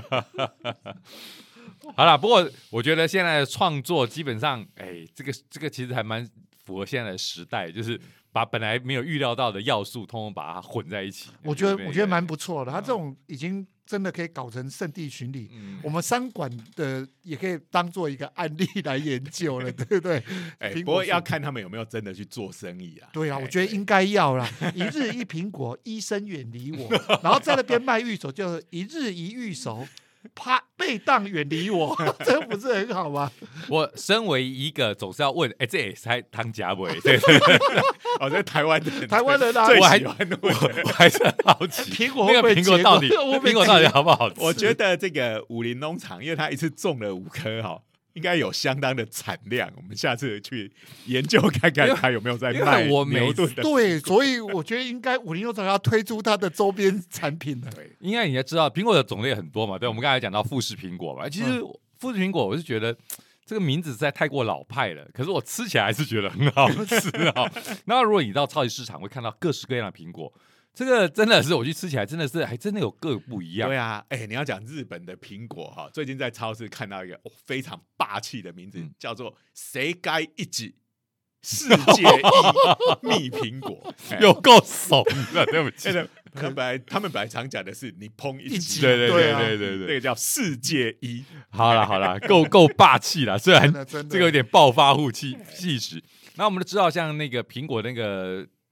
好啦，不过我觉得现在的创作基本上，这个其实还蛮符合现在的时代，就是把本来没有预料到的要素，通通把它混在一起。 我觉得蛮不错的，他这种已经真的可以搞成圣地巡礼，我们商管的也可以当做一个案例来研究了，对不对？ 不过要看他们有没有真的去做生意啊。 对啊，我觉得应该要啦。一日一苹果，医生远离我，然后在那边卖玉手，就是一日一玉手。被当远离我，这不是很好吗？ 我身为一个总是要问，这也是汤家伟， 对，这台湾人最喜欢的， 我还是很好奇， 苹果到底好不好吃？ 我觉得这个武林农场，因为他一次种了5颗应该有相当的产量，我们下次去研究看看他有没有在卖牛顿的。 对，所以我觉得应该武林农场要推出它的周边产品了。 对，应该你也知道，苹果的种类很多嘛。对，我们刚才讲到富士苹果嘛，其实富士苹果我是觉得这个名字实在太过老派了，可是我吃起来还是觉得很好吃啊。然后如果你到超级市场会看到各式各样的苹果。这个真的是我去吃起来真的是还真的有各不一样。 对啊，你要讲日本的苹果最近在超市看到一个非常霸气的名字，叫做谁该一级世界一蜜苹果， 有够怂的，对不起。 他们本来常讲的是你烹一级， 对， 那个叫世界一。 好啦，够霸气啦，虽然这个有点暴发户气质。那我们都知道，像那个苹果那个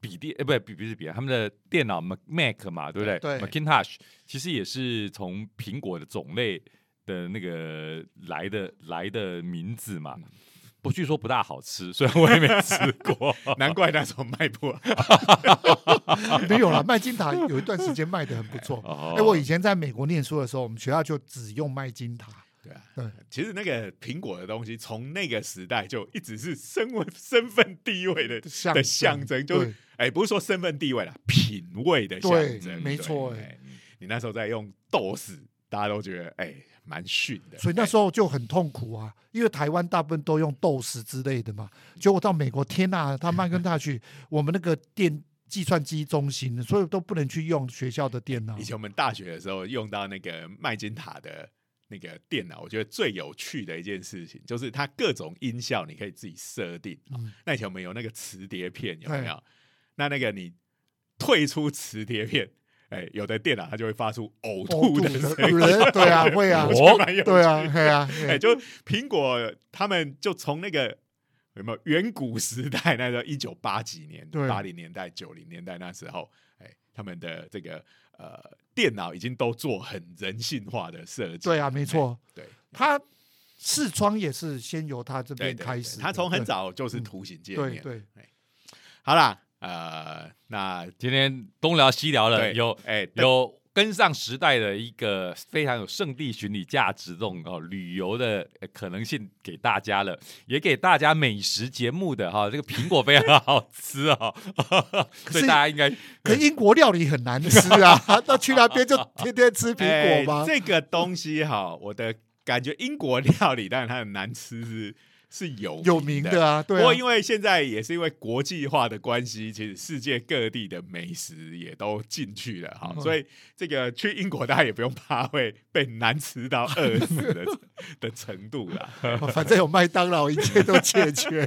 笔电，不是笔电，他们的电脑 Mac 嘛，对不对？ 对 Macintosh 其实也是从苹果的种类的那个来的名字嘛。不，据说不大好吃，虽然我也没吃过， 难怪那时候卖不好。 没有啦，麦金塔有一段时间卖的很不错。我以前在美国念书的时候，我们学校就只用麦金塔。 对啊， 对， 其实那个苹果的东西，从那个时代就一直是身份地位的象征，就是不是说身份地位啦，品味的象征， 没错。 你那时候在用DOS，大家都觉得蛮逊的， 所以那时候就很痛苦啊，因为台湾大部分都用DOS之类的嘛，结果到美国，天哪，他麦根塔去我们那个计算机中心，所以都不能去用学校的电脑。 以前我们大学的时候用到那个麦金塔的那个电脑，我觉得最有趣的一件事情就是它各种音效你可以自己设定。那以前我们有那个磁碟片，有没有？那个你退出磁碟片。有的电脑它就会发出呕吐的声音， 对啊，会啊，对啊， 就苹果他们就从那个有没有远古时代，那个1980几年、80年代、90年代那时候，他们的这个电脑已经都做很人性化的设计。 对啊，没错， 对， 它视窗也是先由它这边开始， 它从很早就是图形界面。 对， 好啦。那今天东聊西聊了，有跟上时代的一个非常有圣地巡礼价值这种旅游的可能性给大家了，也给大家美食节目的这个苹果非常好吃所以大家应该， 可英国料理很难吃啊，那去那边就天天吃苹果吗？ 这个东西我的感觉英国料理当然它的难吃是有名的啊，对啊。不过因为现在也是因为国际化的关系，其实世界各地的美食也都进去了所以这个去英国大家也不用怕会被难吃到饿死的程度啦。 反正有麦当劳，一切都解决。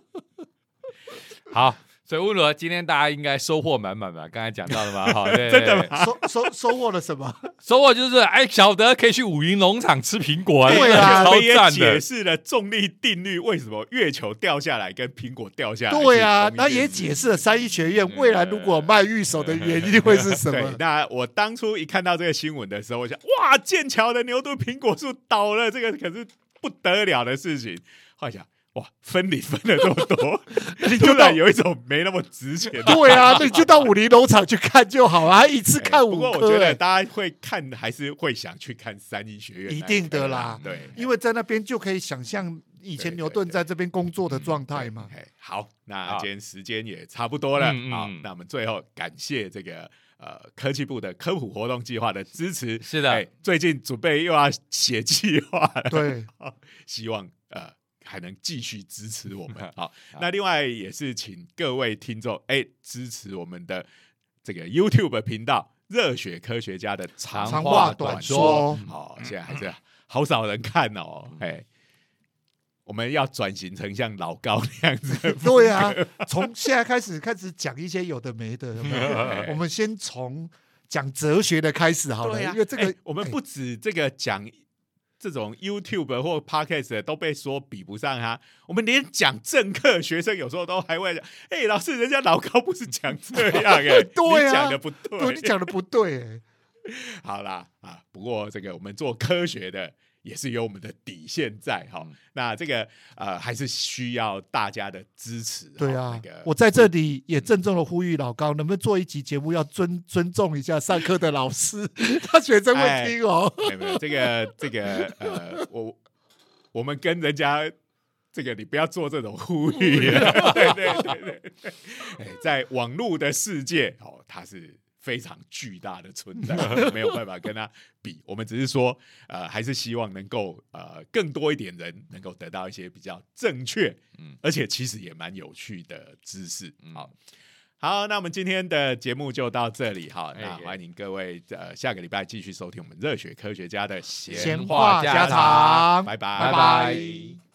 好。所以温罗今天大家应该收获满满吧？刚才讲到了嘛， 真的吗？ 收获了什么？ 收获就是小德可以去武营农场吃苹果， 对啊， 我们也解释了重力定律为什么月球掉下来跟苹果掉下来。 对啊，那也解释了三一学院未来如果卖御守的原因会是什么。 那我当初一看到这个新闻的时候，我想哇，剑桥的牛顿苹果树倒了，这个可是不得了的事情。后来想。哇，分离分了这么多，突然有一种没那么值钱。 对啊，那你就到武林农场去看就好啊，一次看5颗。 不过我觉得大家会看，还是会想去看三一学院。 一定的啦， 对， 因为在那边就可以想象以前牛顿在这边工作的状态嘛。 好，那今天时间也差不多了。好，那我们最后感谢这个科技部的科普活动计划的支持。 是的， 最近准备又要写计划了。 对， 希望还能继续支持我们。好，那另外也是请各位听众支持我们的这个 YouTube 频道热血科学家的长话短说。好，现在还是好少人看哦。我们要转型成像老高那样子。 对啊，从现在开始讲一些有的没的，有没有？我们先从讲哲学的开始好了，因为这个我们不止这个讲。这种 YouTube 或 Podcast 的都被说比不上他，我们连讲政课，学生有时候都还会讲，老师，人家老高不是讲这样对啊， 你讲的不对， 对，你讲的不对好啦不过这个我们做科学的也是有我们的底线在那这个还是需要大家的支持。 对啊，我在这里也郑重的呼吁老高，能不能做一集节目要尊重一下上课的老师，他学生会听哦。 没有这个我们跟人家这个你不要做这种呼吁。对，在网络的世界他是非常巨大的存在，没有办法跟他比。我们只是说，还是希望能够更多一点人能够得到一些比较正确，而且其实也蛮有趣的知识。好，那我们今天的节目就到这里哈。那欢迎各位下个礼拜继续收听我们热血科学家的闲话家常，拜拜。